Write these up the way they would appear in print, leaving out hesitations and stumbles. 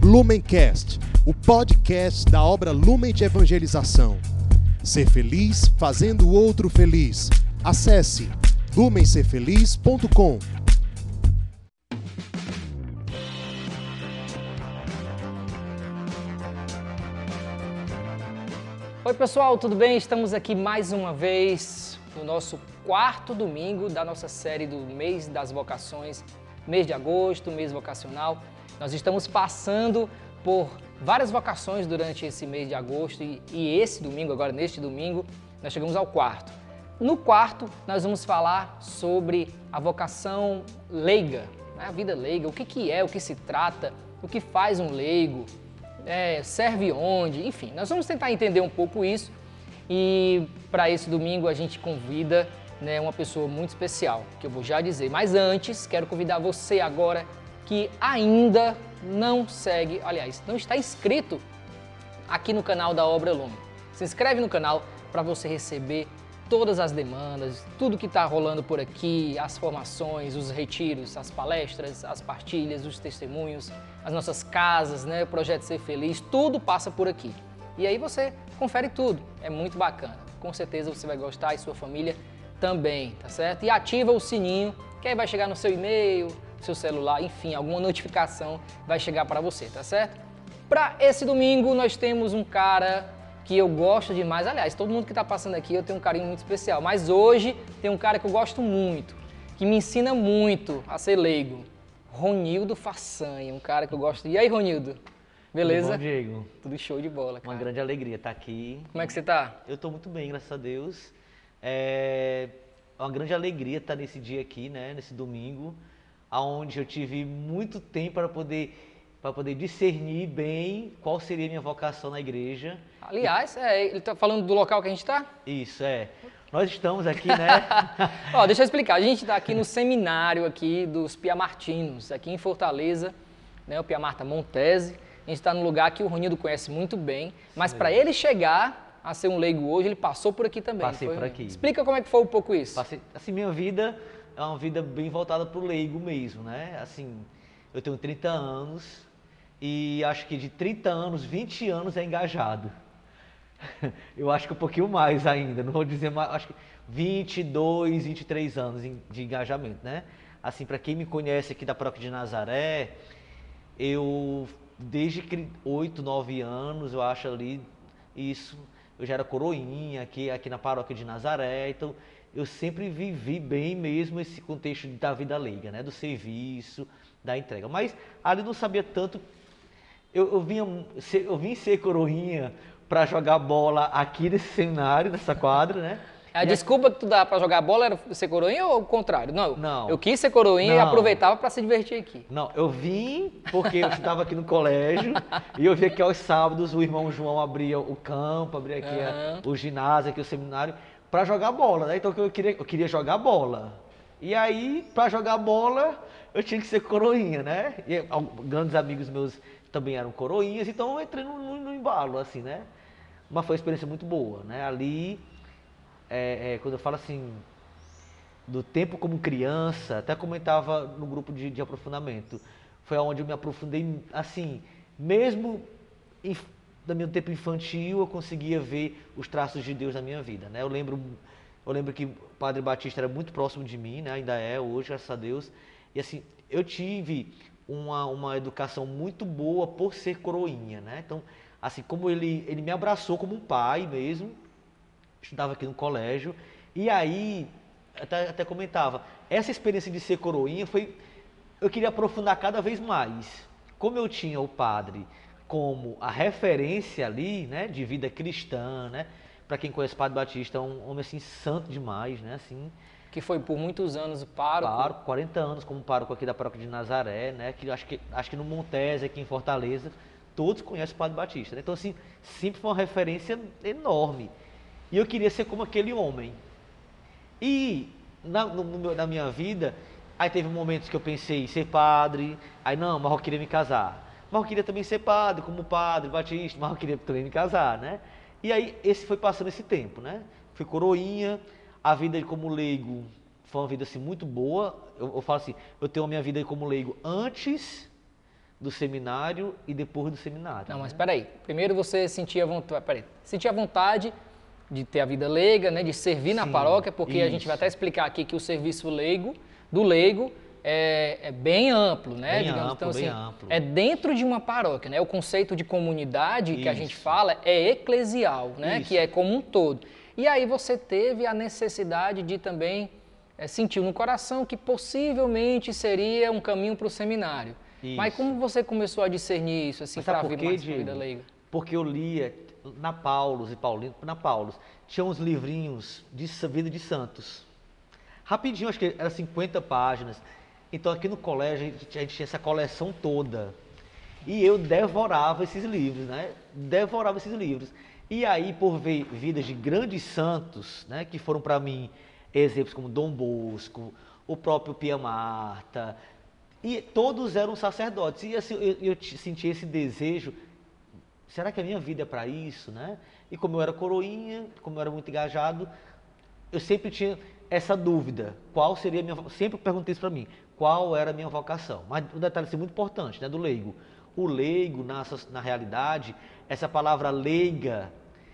Lumencast, o podcast da obra Lumen de Evangelização. Ser feliz fazendo o outro feliz. Acesse lumencerfeliz.com. Oi pessoal, tudo bem? Estamos aqui mais uma vez no nosso quarto domingo da nossa série do mês das vocações, mês de agosto, mês vocacional. Nós estamos passando por várias vocações durante esse mês de agosto e esse domingo, agora neste domingo, nós chegamos ao quarto. No quarto, nós vamos falar sobre a vocação leiga, né? A vida leiga, o que é, o que se trata, o que faz um leigo, serve onde, enfim. Nós vamos tentar entender um pouco isso e para esse domingo a gente convida, né, uma pessoa muito especial, que eu vou já dizer. Mas antes, quero convidar você agora que ainda não segue, aliás, não está inscrito aqui no canal da Obra Lumen. Se inscreve no canal para você receber todas as demandas, tudo que está rolando por aqui, as formações, os retiros, as palestras, as partilhas, os testemunhos, as nossas casas, né, o Projeto Ser Feliz, tudo passa por aqui. E aí você confere tudo, é muito bacana. Com certeza você vai gostar e sua família também, tá certo? E ativa o sininho, que aí vai chegar no seu e-mail, seu celular, enfim, alguma notificação vai chegar para você, tá certo? Para esse domingo nós temos um cara que eu gosto demais, aliás, todo mundo que está passando aqui eu tenho um carinho muito especial, mas hoje tem um cara que eu gosto muito, que me ensina muito a ser leigo, Ronildo Façanha, um cara que eu gosto. E aí, Ronildo? Beleza? Tudo bom, Diego? Tudo show de bola, cara. Uma grande alegria estar aqui. Como é que você tá? Eu estou muito bem, graças a Deus. É uma grande alegria estar nesse dia aqui, né, nesse domingo, onde eu tive muito tempo para poder discernir bem qual seria a minha vocação na igreja. Aliás, ele está falando do local que a gente está? Isso, Nós estamos aqui, né? Ó, deixa eu explicar. A gente está aqui no seminário aqui dos Piamartinos, aqui em Fortaleza, né, o Piamarta Montese. A gente está num lugar que o Ronildo conhece muito bem, mas para ele chegar a ser um leigo hoje, ele passou por aqui também. Passei por aqui. Explica como é que foi um pouco isso. Assim, minha vida é uma vida bem voltada para o leigo mesmo, né? Assim, eu tenho 30 anos e acho que de 30 anos, 20 anos é engajado. Eu acho que um pouquinho mais ainda, não vou dizer mais, acho que 22, 23 anos de engajamento, né? Assim, para quem me conhece aqui da Paróquia de Nazaré, eu desde 8, 9 anos, eu acho ali, eu já era coroinha aqui na Paróquia de Nazaré, então eu sempre vivi bem mesmo esse contexto da vida leiga, né? Do serviço, da entrega. Mas ali não sabia tanto, eu vim ser coroinha para jogar bola aqui nesse seminário, nessa quadra, né? A desculpa que tu dá para jogar bola era ser coroinha ou o contrário? Não. Eu quis ser coroinha e aproveitava para se divertir aqui. Não, eu vim porque eu estava aqui no colégio e eu vi que aos sábados o irmão João abria o campo, abria aqui o ginásio, aqui o seminário, para jogar bola, né? Então eu queria jogar bola. E aí, para jogar bola, eu tinha que ser coroinha, né? E grandes amigos meus também eram coroinhas, então eu entrei no embalo, assim, né? Mas foi uma experiência muito boa, né? Ali, quando eu falo assim, do tempo como criança, até comentava no grupo de aprofundamento, foi onde eu me aprofundei, assim, mesmo no meu tempo infantil, eu conseguia ver os traços de Deus na minha vida, né? Eu lembro que o Padre Batista era muito próximo de mim, né? Ainda é hoje, graças a Deus, e assim, eu tive uma educação muito boa por ser coroinha, né? Então, assim, como ele me abraçou como um pai mesmo, estudava aqui no colégio, e aí, até comentava, essa experiência de ser coroinha eu queria aprofundar cada vez mais. Como eu tinha o padre como a referência ali, né, de vida cristã, né? Para quem conhece o Padre Batista, é um homem assim santo demais, né? Assim, que foi por muitos anos o pároco. 40 anos como pároco aqui da Paróquia de Nazaré, né? Que acho que no Montese, aqui em Fortaleza, todos conhecem o Padre Batista, né? Então, assim, sempre foi uma referência enorme. E eu queria ser como aquele homem. E na minha vida, aí teve momentos que eu pensei em ser padre, aí não, mas eu queria me casar. Mas eu queria também ser padre, como Padre Batista, mas eu queria também me casar, né? E aí, foi passando esse tempo, né? Fui coroinha, a vida como leigo foi uma vida assim muito boa. Eu falo assim, eu tenho a minha vida como leigo antes do seminário e depois do seminário. Não, mas né? peraí. Primeiro você sentia vontade de ter a vida leiga, né? De servir na Sim, paróquia, porque a gente vai isso. até explicar aqui que o serviço do leigo é bem amplo, né? Bem Digamos. amplo, Então, assim, bem amplo. é dentro de uma paróquia, né? O conceito de comunidade que a gente Isso. fala é eclesial, né? Isso. Que é como um todo. E aí você teve a necessidade de também sentir no coração que possivelmente seria um caminho para o seminário. Mas Isso. como você começou a discernir isso, assim, Mas sabe para por vir quê, mais para a Diego? vida leiga? Porque eu lia na Paulus e Paulino, na Paulus, tinha uns livrinhos de vida de santos. Rapidinho, acho que era 50 páginas. Então aqui no colégio a gente tinha essa coleção toda. E eu devorava esses livros, né? Devorava esses livros. E aí, por ver vidas de grandes santos, né, que foram para mim exemplos como Dom Bosco, o próprio Pia Marta, e todos eram sacerdotes. E assim, eu senti esse desejo, será que a minha vida é para isso, né? E como eu era coroinha, como eu era muito engajado, eu sempre tinha essa dúvida, qual seria a minha, sempre perguntei isso para mim, qual era a minha vocação. Mas um detalhe assim, muito importante, né, do leigo. O leigo, na realidade, essa palavra leiga,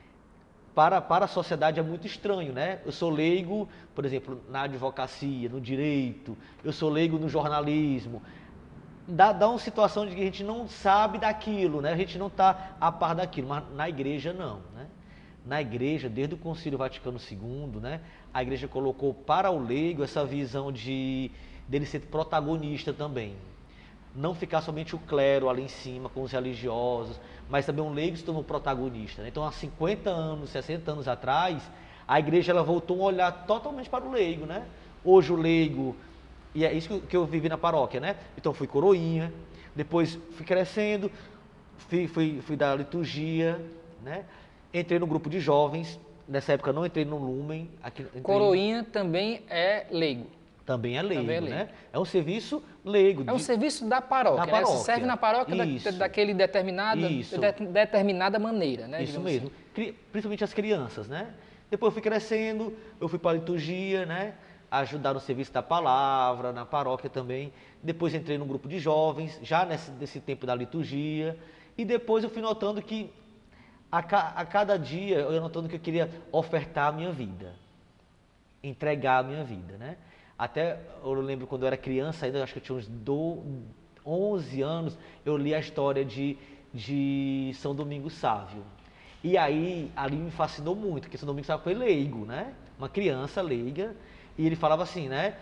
para a sociedade é muito estranho, né? Eu sou leigo, por exemplo, na advocacia, no direito, eu sou leigo no jornalismo. Dá uma situação de que a gente não sabe daquilo, né? A gente não está a par daquilo, mas na igreja não, né? Na igreja, desde o Concílio Vaticano II, né? A igreja colocou para o leigo essa visão dele ser protagonista também. Não ficar somente o clero ali em cima com os religiosos, mas também um leigo se tornou protagonista, né? Então, há 50 anos, 60 anos atrás, a igreja ela voltou a olhar totalmente para o leigo, né? Hoje o leigo, e é isso que eu vivi na paróquia, né? Então, fui coroinha, depois fui crescendo, fui dar liturgia, né? Entrei no grupo de jovens, nessa época não entrei no Lumen. Coroinha também é leigo. Também é leigo, Também é leigo, né? É um serviço leigo. É um serviço da paróquia, né? Você serve na paróquia daquele determinada maneira, né? Isso mesmo. Assim. Principalmente as crianças, né? Depois eu fui crescendo, eu fui para a liturgia, né? Ajudar no serviço da palavra, na paróquia também. Depois entrei no grupo de jovens, já nesse tempo da liturgia. E depois eu fui notando que a cada dia eu ia notando que eu queria ofertar a minha vida. Entregar a minha vida, né? Até eu lembro quando eu era criança, ainda acho que eu tinha uns 11 anos, eu li a história de São Domingos Sávio. E aí, ali me fascinou muito, porque São Domingos Sávio foi leigo, né? Uma criança leiga, e ele falava assim, né?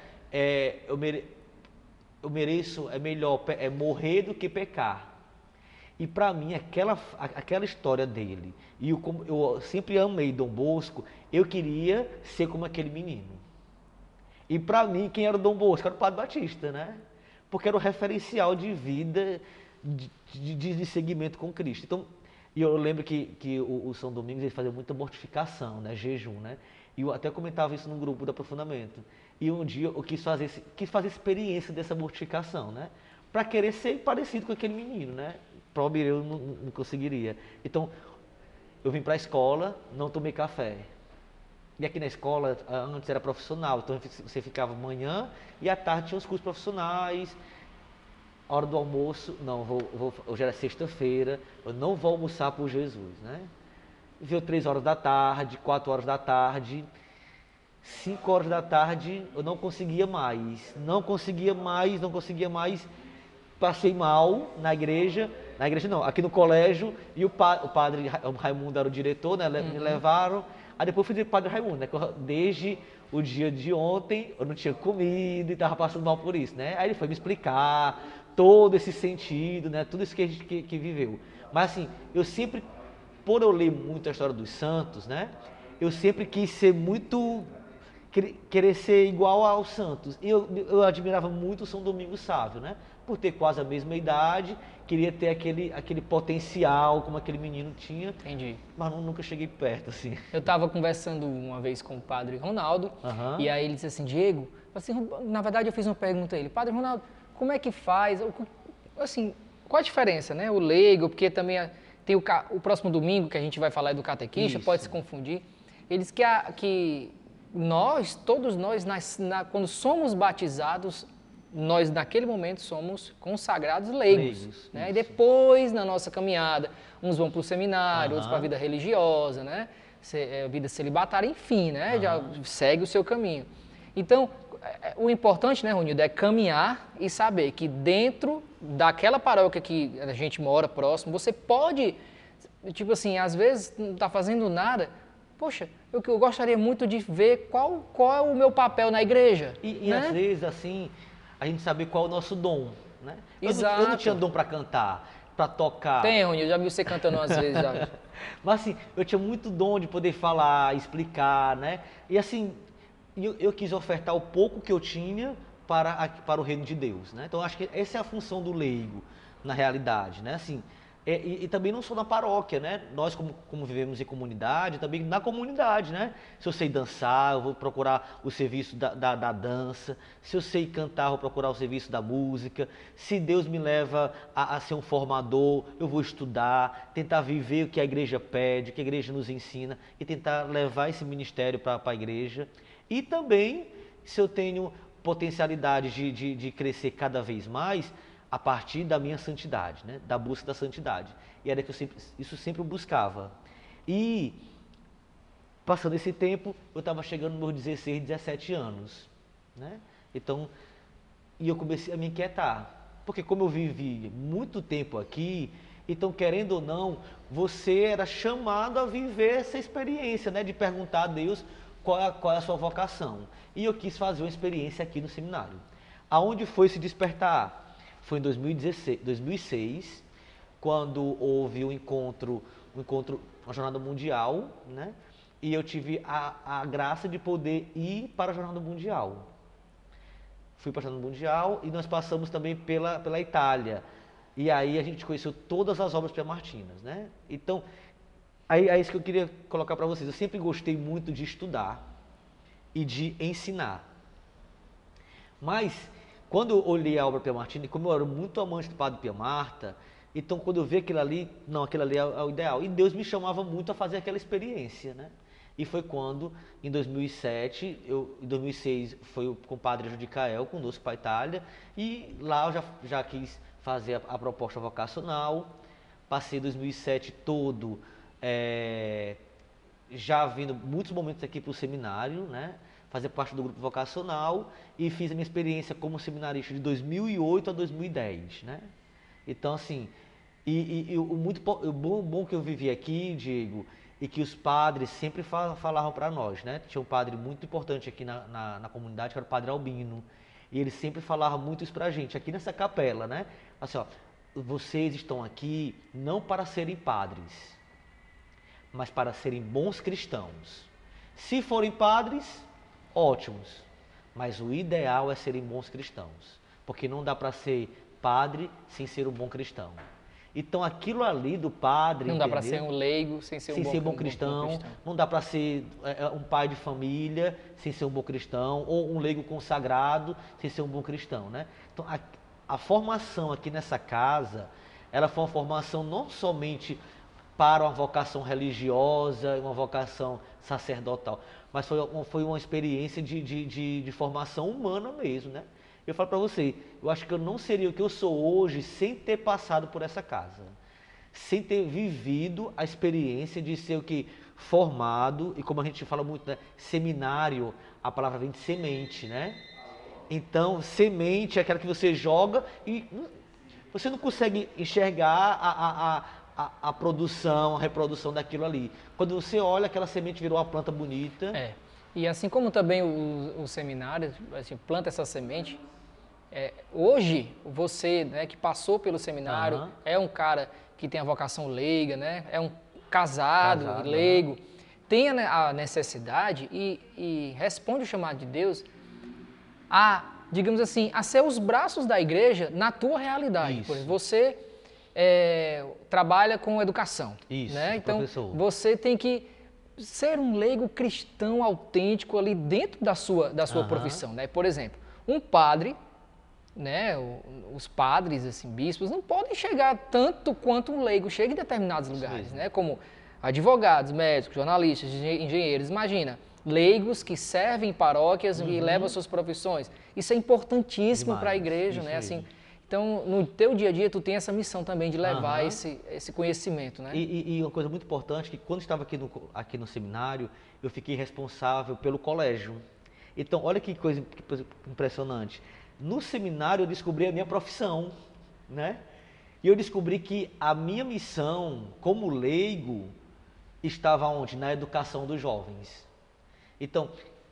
Eu mereço, é melhor morrer do que pecar. E para mim, aquela história dele, e eu sempre amei Dom Bosco, eu queria ser como aquele menino. E para mim, quem era o Dom Bosco? Era o Padre Batista, né? Porque era o referencial de vida, de seguimento com Cristo. Então, e eu lembro que o São Domingos ele fazia muita mortificação, né? Jejum, né? E eu até comentava isso no grupo do aprofundamento. E um dia eu quis fazer experiência dessa mortificação, né? Para querer ser parecido com aquele menino, né? Pobre eu não conseguiria. Então, eu vim para a escola, não tomei café. E aqui na escola, antes era profissional, então você ficava manhã e à tarde tinha os cursos profissionais. Hora do almoço, não, hoje era sexta-feira, eu não vou almoçar por Jesus, né? Veio 3 horas da tarde, 4 horas da tarde, 5 horas da tarde, eu não conseguia mais. Passei mal na igreja não, aqui no colégio, e o padre Raimundo era o diretor, né? Me levaram. Aí depois fui de Padre Raimundo, né? Desde o dia de ontem eu não tinha comido e estava passando mal por isso, né? Aí ele foi me explicar todo esse sentido, né? Tudo isso que a gente que viveu. Mas assim, eu sempre, por eu ler muito a história dos santos, né? Eu sempre quis ser muito, querer ser igual aos santos. E eu admirava muito o São Domingos Sávio, né? Por ter quase a mesma idade, queria ter aquele potencial como aquele menino tinha. Entendi. Mas nunca cheguei perto, assim. Eu estava conversando uma vez com o Padre Ronaldo, e aí ele disse assim, Diego, assim, na verdade eu fiz uma pergunta a ele, Padre Ronaldo, como é que faz, assim, qual a diferença, né? O leigo, porque também tem o próximo domingo que a gente vai falar do catequista, Isso. pode se confundir. Ele disse que todos nós, quando somos batizados, nós naquele momento somos consagrados leigos, Leigos, né? E isso. depois, na nossa caminhada, uns vão para o seminário, outros Aham. para a vida religiosa, né? Vida celibatária, enfim, né? Já segue o seu caminho. Então, o importante, né, Ronildo, é caminhar e saber que dentro daquela paróquia que a gente mora próximo, você pode, tipo assim, às vezes não está fazendo nada. Poxa, eu gostaria muito de ver qual é o meu papel na igreja. E né? às vezes, assim, a gente saber qual é o nosso dom, né? Eu não Exato. tinha dom para cantar, para tocar. Tem, Ronildo, já vi você cantando umas vezes já. Mas assim, eu tinha muito dom de poder falar, explicar, né? E assim, eu quis ofertar o pouco que eu tinha para o reino de Deus, né? Então acho que essa é a função do leigo, na realidade, né? Assim, e também não só na paróquia, né? Nós como vivemos em comunidade, também na comunidade, né? Se eu sei dançar, eu vou procurar o serviço da dança. Se eu sei cantar, eu vou procurar o serviço da música. Se Deus me leva a ser um formador, eu vou estudar, tentar viver o que a igreja pede, o que a igreja nos ensina e tentar levar esse ministério para a igreja. E também, se eu tenho potencialidade de crescer cada vez mais, a partir da minha santidade, né? Da busca da santidade. E era que isso sempre eu buscava. E, passando esse tempo, eu estava chegando nos meus 16, 17 anos. Né? Então, e eu comecei a me inquietar. Porque como eu vivi muito tempo aqui, então, querendo ou não, você era chamado a viver essa experiência, né? De perguntar a Deus qual é a sua vocação. E eu quis fazer uma experiência aqui no seminário. Aonde foi se despertar? Foi em 2006, quando houve um encontro, uma jornada mundial, né? E eu tive a graça de poder ir para a jornada mundial. Fui para a jornada mundial e nós passamos também pela Itália. E aí a gente conheceu todas as obras piemartinas, né? Então, aí é isso que eu queria colocar para vocês. Eu sempre gostei muito de estudar e de ensinar. Mas, quando eu olhei a obra Piemartina, e como eu era muito amante do Padre Pia Marta, então quando eu vi aquilo ali, não, aquilo ali é o ideal. E Deus me chamava muito a fazer aquela experiência, né? E foi quando, em 2007, em 2006, foi com o Padre Judicael, conosco para a Itália, e lá eu já quis fazer a proposta vocacional. Passei 2007 todo, já vindo muitos momentos aqui para o seminário, né? Fazer parte do grupo vocacional e fiz a minha experiência como seminarista de 2008 a 2010, né? Então, assim, o bom que eu vivi aqui, Diego, e que os padres sempre falavam para nós, né? Tinha um padre muito importante aqui na comunidade, que era o Padre Albino, e ele sempre falava muito isso para a gente, aqui nessa capela, né? Assim, ó, vocês estão aqui não para serem padres, mas para serem bons cristãos. Se forem padres, ótimos, mas o ideal é serem bons cristãos, porque não dá para ser padre sem ser um bom cristão. Então aquilo ali do padre, não dá para ser um leigo sem ser um bom cristão, não dá para ser um pai de família sem ser um bom cristão, ou um leigo consagrado sem ser um bom cristão, né? Então a formação aqui nessa casa, ela foi uma formação não somente para uma vocação religiosa, uma vocação sacerdotal, mas foi uma experiência de formação humana mesmo, né? Eu falo para você, eu acho que eu não seria o que eu sou hoje sem ter passado por essa casa, sem ter vivido a experiência de ser o que formado, e como a gente fala muito, né, seminário, a palavra vem de semente, né? Então, semente é aquela que você joga e você não consegue enxergar a produção, a reprodução daquilo ali. Quando você olha, aquela semente virou uma planta bonita. E assim como também o seminário, assim, planta essa semente, hoje você, né, que passou pelo seminário, é um cara que tem a vocação leiga, né, é um casado leigo, tem a necessidade e responde o chamado de Deus digamos assim, a ser os braços da igreja na tua realidade. Por exemplo, você trabalha com educação. Isso, né? Então, professor. Você tem que ser um leigo cristão autêntico ali dentro da sua profissão. Né? Por exemplo, um padre, né, os padres, assim, bispos, não podem chegar tanto quanto um leigo chega em determinados lugares, né? Como advogados, médicos, jornalistas, engenheiros. Imagina, leigos que servem em paróquias e levam suas profissões. Isso é importantíssimo para a Demais, igreja, isso né? Assim, mesmo. então, no teu dia a dia, tu tem essa missão também de levar Aham. esse conhecimento, né? E uma coisa muito importante, que quando estava aqui no seminário, eu fiquei responsável pelo colégio. Então, olha que coisa impressionante. No seminário eu descobri a minha profissão, né? E eu descobri que a minha missão como leigo estava onde? Na educação dos jovens. Então,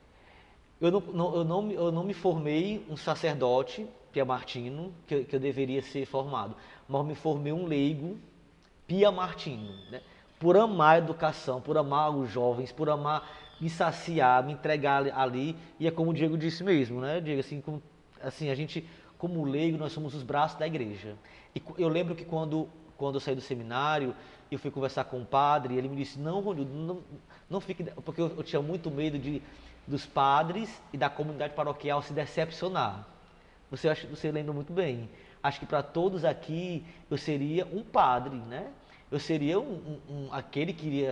eu não me formei um sacerdote, piamartino, que eu deveria ser formado, mas eu me formei um leigo piamartino, né? Por amar a educação, por amar os jovens, por amar me saciar, me entregar ali, e é como o Diego disse mesmo, né? Diego, assim, a gente, como leigo, nós somos os braços da igreja. E eu lembro que quando eu saí do seminário, eu fui conversar com o padre, e ele me disse, não, Ronildo, não fique, porque eu tinha muito medo dos padres e da comunidade paroquial se decepcionar. Você lembra muito bem. Acho que para todos aqui eu seria um padre, né? Eu seria aquele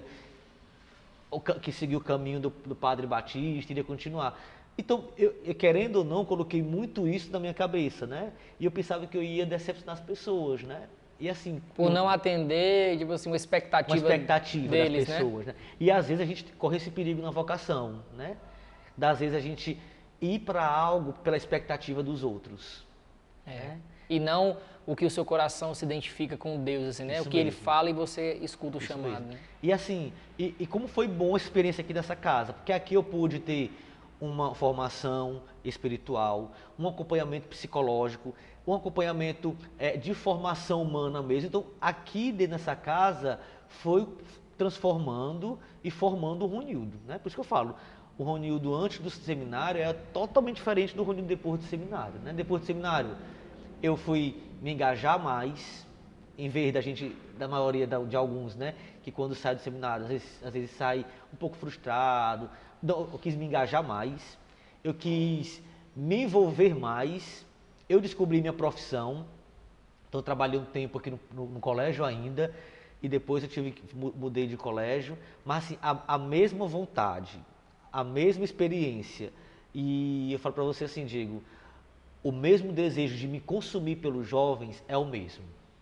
que seguiu o caminho do Padre Batista, iria continuar. Então, eu, querendo ou não, coloquei muito isso na minha cabeça, né? E eu pensava que eu ia decepcionar as pessoas, né? E assim... Por não atender, tipo assim, uma expectativa deles, das pessoas, né? E às vezes a gente corre esse perigo na vocação, né? Das vezes a gente ir para algo pela expectativa dos outros. É. E não o que o seu coração se identifica com Deus, assim, né? Isso O que ele mesmo. fala e você escuta o Isso chamado, mesmo. né? E assim, e como foi bom a experiência aqui nessa casa, porque aqui eu pude ter uma formação espiritual, um acompanhamento psicológico, um acompanhamento de formação humana mesmo. Então, aqui dentro dessa casa foi transformando e formando o Ronildo, né? Por isso que eu falo, o Ronildo antes do seminário é totalmente diferente do Ronildo depois do seminário, né? Depois do seminário, eu fui me engajar mais, em vez da maioria de alguns, né, que quando sai do seminário, às vezes sai um pouco frustrado. Eu quis me engajar mais, eu quis me envolver mais, eu descobri minha profissão, então eu trabalhei um tempo aqui no colégio ainda, e depois mudei de colégio, mas assim, a mesma vontade, a mesma experiência, e eu falo para você assim, Diego, o mesmo desejo de me consumir pelos jovens é o mesmo.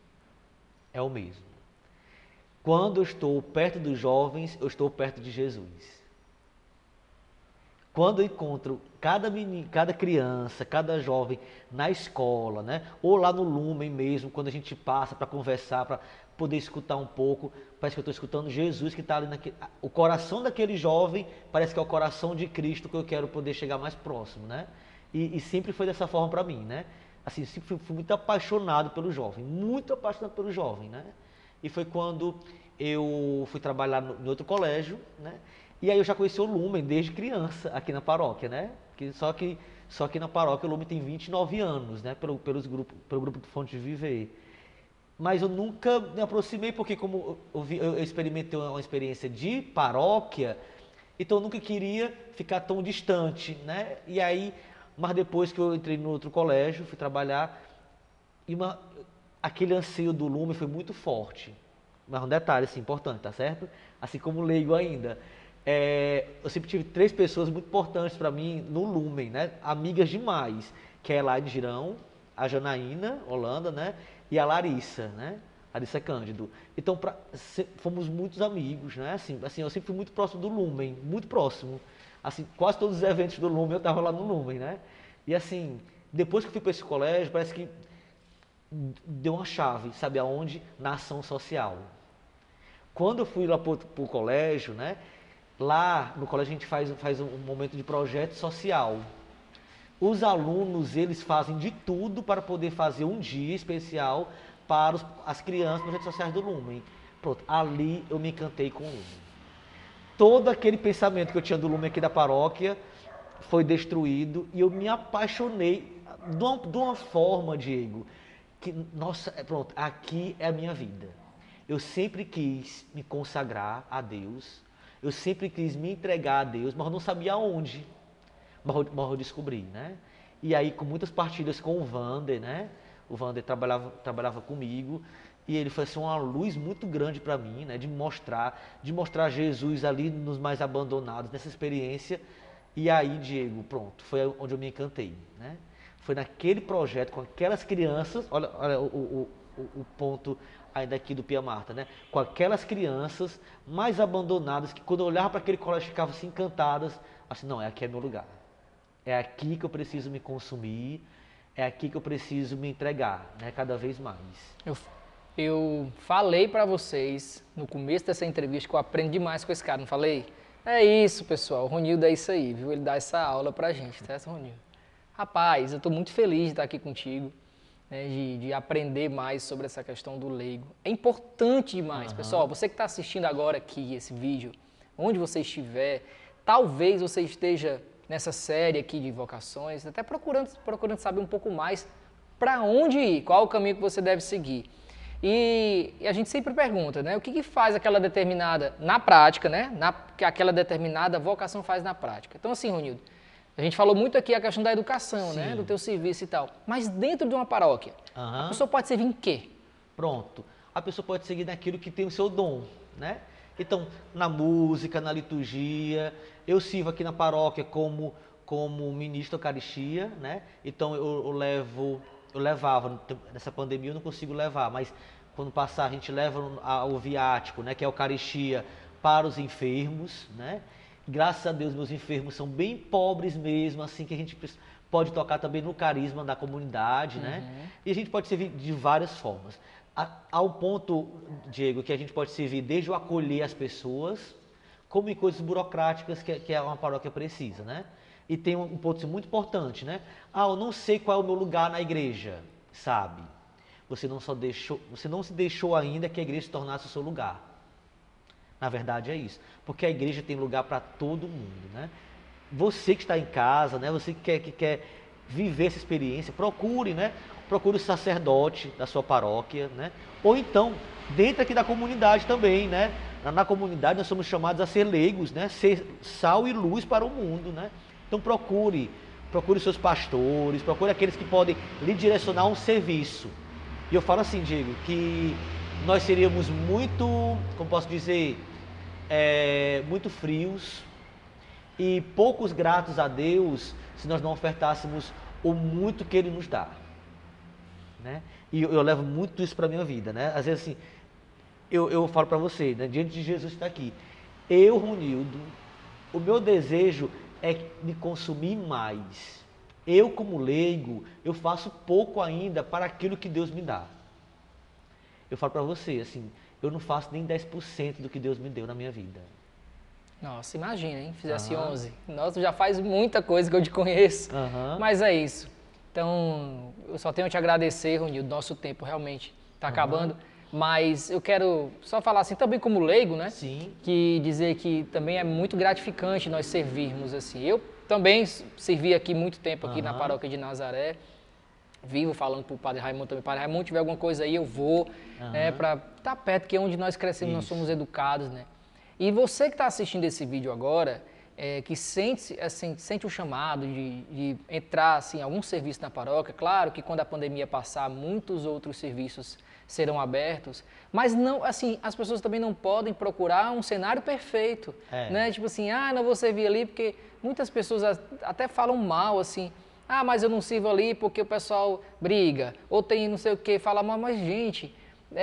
É o mesmo. Quando eu estou perto dos jovens, eu estou perto de Jesus. Quando eu encontro cada menino, cada criança, cada jovem na escola, né? Ou lá no Lumen mesmo, quando a gente passa para conversar, para poder escutar um pouco, parece que eu estou escutando Jesus que está ali o coração daquele jovem parece que é o coração de Cristo que eu quero poder chegar mais próximo, né? E sempre foi dessa forma para mim, né? Assim, sempre fui muito apaixonado pelo jovem, muito apaixonado pelo jovem, né? E foi quando eu fui trabalhar no outro colégio, né? E aí eu já conheci o Lumen desde criança aqui na paróquia, né? Só que na paróquia o Lumen tem 29 anos, né? Pelo grupo do Fonte de Viver. Mas eu nunca me aproximei porque como eu experimentei uma experiência de paróquia, então eu nunca queria ficar tão distante, né? E aí, mas depois que eu entrei no outro colégio, fui trabalhar, e aquele anseio do Lumen foi muito forte. Mas um detalhe assim, importante, tá certo? Assim como leigo ainda. Eu sempre tive 3 pessoas muito importantes para mim no Lumen, né? Amigas demais, que é a Elaine Girão, a Janaína Holanda, né? E a Larissa, né? Larissa Cândido. Então, fomos muitos amigos, né? Assim, eu sempre fui muito próximo do Lumen, muito próximo. Assim, quase todos os eventos do Lumen eu estava lá no Lumen, né? E assim, depois que eu fui para esse colégio, parece que deu uma chave, sabe aonde? Na ação social. Quando eu fui lá para o colégio, né? Lá no colégio a gente faz um momento de projeto social. Os alunos, eles fazem de tudo para poder fazer um dia especial para as crianças nos projetos sociais do Lumen. Pronto, ali eu me encantei com o Lumen. Todo aquele pensamento que eu tinha do Lumen aqui da paróquia foi destruído e eu me apaixonei de uma forma, Diego, que, nossa, pronto, aqui é a minha vida. Eu sempre quis me consagrar a Deus, eu sempre quis me entregar a Deus, mas eu não sabia aonde. Mas eu descobri, né? E aí, com muitas partidas com o Wander, né? O Wander trabalhava comigo E ele foi assim, uma luz muito grande para mim, né? De mostrar Jesus ali nos mais abandonados, nessa experiência. E aí, Diego, pronto, foi onde eu me encantei, né? Foi naquele projeto, com aquelas crianças, olha o ponto ainda aqui do Pia Marta, né? Com aquelas crianças mais abandonadas, que quando eu olhava para aquele colégio ficavam assim encantadas, assim, não, aqui é meu lugar. É aqui que eu preciso me consumir, é aqui que eu preciso me entregar, né? Cada vez mais. Eu falei para vocês no começo dessa entrevista que eu aprendo demais com esse cara, não falei? É isso, pessoal, o Ronildo é isso aí, viu? Ele dá essa aula pra gente, tá, Ronildo? Rapaz, eu tô muito feliz de estar aqui contigo, né, de aprender mais sobre essa questão do leigo. É importante demais, pessoal, você que está assistindo agora aqui esse vídeo, onde você estiver, talvez você esteja nessa série aqui de vocações, até procurando saber um pouco mais para onde ir, qual o caminho que você deve seguir. E a gente sempre pergunta, né, o que faz aquela determinada, na prática, né, que aquela determinada vocação faz na prática. Então assim, Ronildo, a gente falou muito aqui a questão da educação, né, do teu serviço e tal, mas dentro de uma paróquia, a pessoa pode servir em quê? Pronto, a pessoa pode seguir naquilo que tem o seu dom, né? Então, na música, na liturgia, eu sirvo aqui na paróquia como ministro da Eucaristia, né? Então eu levava, nessa pandemia eu não consigo levar, mas quando passar a gente leva o viático, né, que é a Eucaristia, para os enfermos, né? Graças a Deus meus enfermos são bem pobres mesmo, assim que a gente pode tocar também no carisma da comunidade, né? E a gente pode servir de várias formas. Ao ponto, Diego, que a gente pode servir desde o acolher as pessoas, como em coisas burocráticas que uma paróquia precisa, né? E tem um ponto muito importante, né? Eu não sei qual é o meu lugar na igreja, sabe? Você não se deixou ainda que a igreja se tornasse o seu lugar. Na verdade é isso, porque a igreja tem lugar para todo mundo, né? Você que está em casa, né? Você que quer viver essa experiência, procure, né? Procure o sacerdote da sua paróquia, né? Ou então, dentro aqui da comunidade também, né? Na comunidade nós somos chamados a ser leigos, né? Ser sal e luz para o mundo, né? Então procure os seus pastores, procure aqueles que podem lhe direcionar a um serviço. E eu falo assim, Diego, que nós seríamos muito, como posso dizer, muito frios e poucos gratos a Deus se nós não ofertássemos o muito que Ele nos dá, né? E eu levo muito isso para a minha vida, né? Às vezes assim, eu falo para você, né? Diante de Jesus está aqui, eu, Ronildo, o meu desejo é me consumir mais. Eu, como leigo, eu faço pouco ainda para aquilo que Deus me dá. Eu falo para você, assim, eu não faço nem 10% do que Deus me deu na minha vida. Nossa, imagina, hein? Fizesse 11. Nossa, já faz muita coisa que eu te conheço. Mas é isso. Então, eu só tenho a te agradecer, Ronildo, nosso tempo realmente está acabando. Mas eu quero só falar assim, também como leigo, né? Sim. Que dizer que também é muito gratificante nós servirmos assim. Eu também servi aqui muito tempo aqui na paróquia de Nazaré. Vivo falando para o Padre Raimundo também. Padre Raimundo, tiver alguma coisa aí, eu vou, né? Para estar perto, que é onde nós crescemos, nós somos educados, né? E você que está assistindo esse vídeo agora, que sente o chamado de entrar assim, em algum serviço na paróquia, claro que quando a pandemia passar, muitos outros serviços serão abertos, mas não, assim, as pessoas também não podem procurar um cenário perfeito, né? Tipo assim, não vou servir ali, porque muitas pessoas até falam mal, assim, mas eu não sirvo ali porque o pessoal briga, ou tem não sei o que, fala mal, mas gente,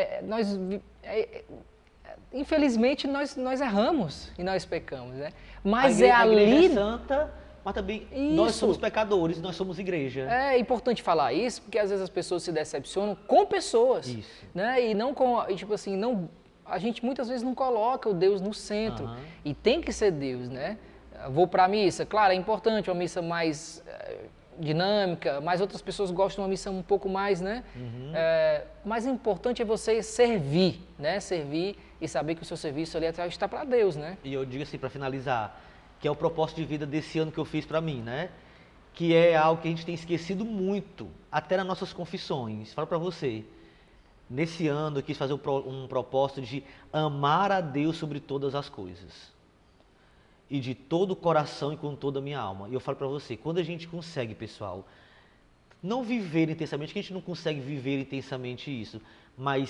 infelizmente nós erramos e nós pecamos, né? Mas a igreja é santa, mas também nós somos pecadores, nós somos igreja. É importante falar isso, porque às vezes as pessoas se decepcionam com pessoas, né? E não com, tipo assim, não, a gente muitas vezes não coloca o Deus no centro, e tem que ser Deus, né? Vou para a missa, claro, é importante uma missa mais dinâmica, mas outras pessoas gostam de uma missa um pouco mais, né? Mas o importante é você servir, né? Servir e saber que o seu serviço ali está para Deus, né? E eu digo assim, para finalizar, que é o propósito de vida desse ano que eu fiz para mim, né? Que é algo que a gente tem esquecido muito, até nas nossas confissões. Falo para você, nesse ano eu quis fazer um propósito de amar a Deus sobre todas as coisas. E de todo o coração e com toda a minha alma. E eu falo para você, quando a gente consegue, pessoal, não viver intensamente, que a gente não consegue viver intensamente isso, mas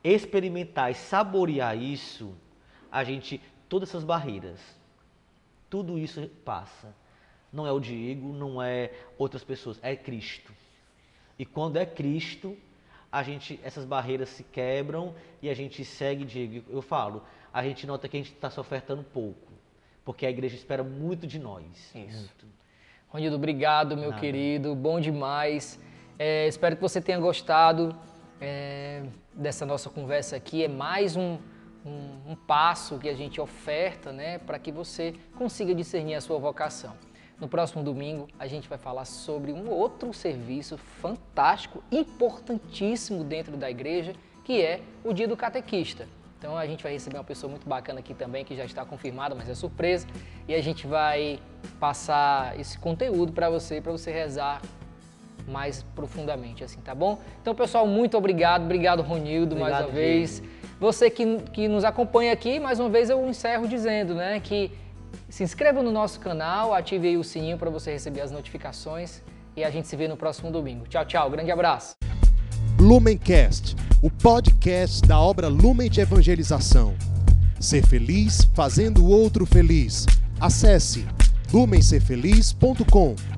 experimentar e saborear isso, todas essas barreiras, tudo isso passa. Não é o Diego, não é outras pessoas, é Cristo. E quando é Cristo, essas barreiras se quebram e a gente segue, Diego. Eu falo, a gente nota que a gente está se ofertando pouco, porque a igreja espera muito de nós. Isso. Muito. Ronildo, obrigado, meu querido, bom demais. Espero que você tenha gostado dessa nossa conversa aqui. É mais um passo que a gente oferta, né, para que você consiga discernir a sua vocação. No próximo domingo, a gente vai falar sobre um outro serviço fantástico, importantíssimo dentro da igreja, que é o Dia do Catequista. Então, a gente vai receber uma pessoa muito bacana aqui também, que já está confirmada, mas é surpresa. E a gente vai passar esse conteúdo para você rezar mais profundamente, assim, tá bom? Então, pessoal, muito obrigado. Obrigado, Ronildo, mais uma vez. Você que nos acompanha aqui, mais uma vez eu encerro dizendo, né, que se inscreva no nosso canal, ative aí o sininho para você receber as notificações e a gente se vê no próximo domingo. Tchau, tchau. Grande abraço. Lumencast, o podcast da obra Lumen de Evangelização. Ser feliz fazendo o outro feliz. Acesse lumencerfeliz.com.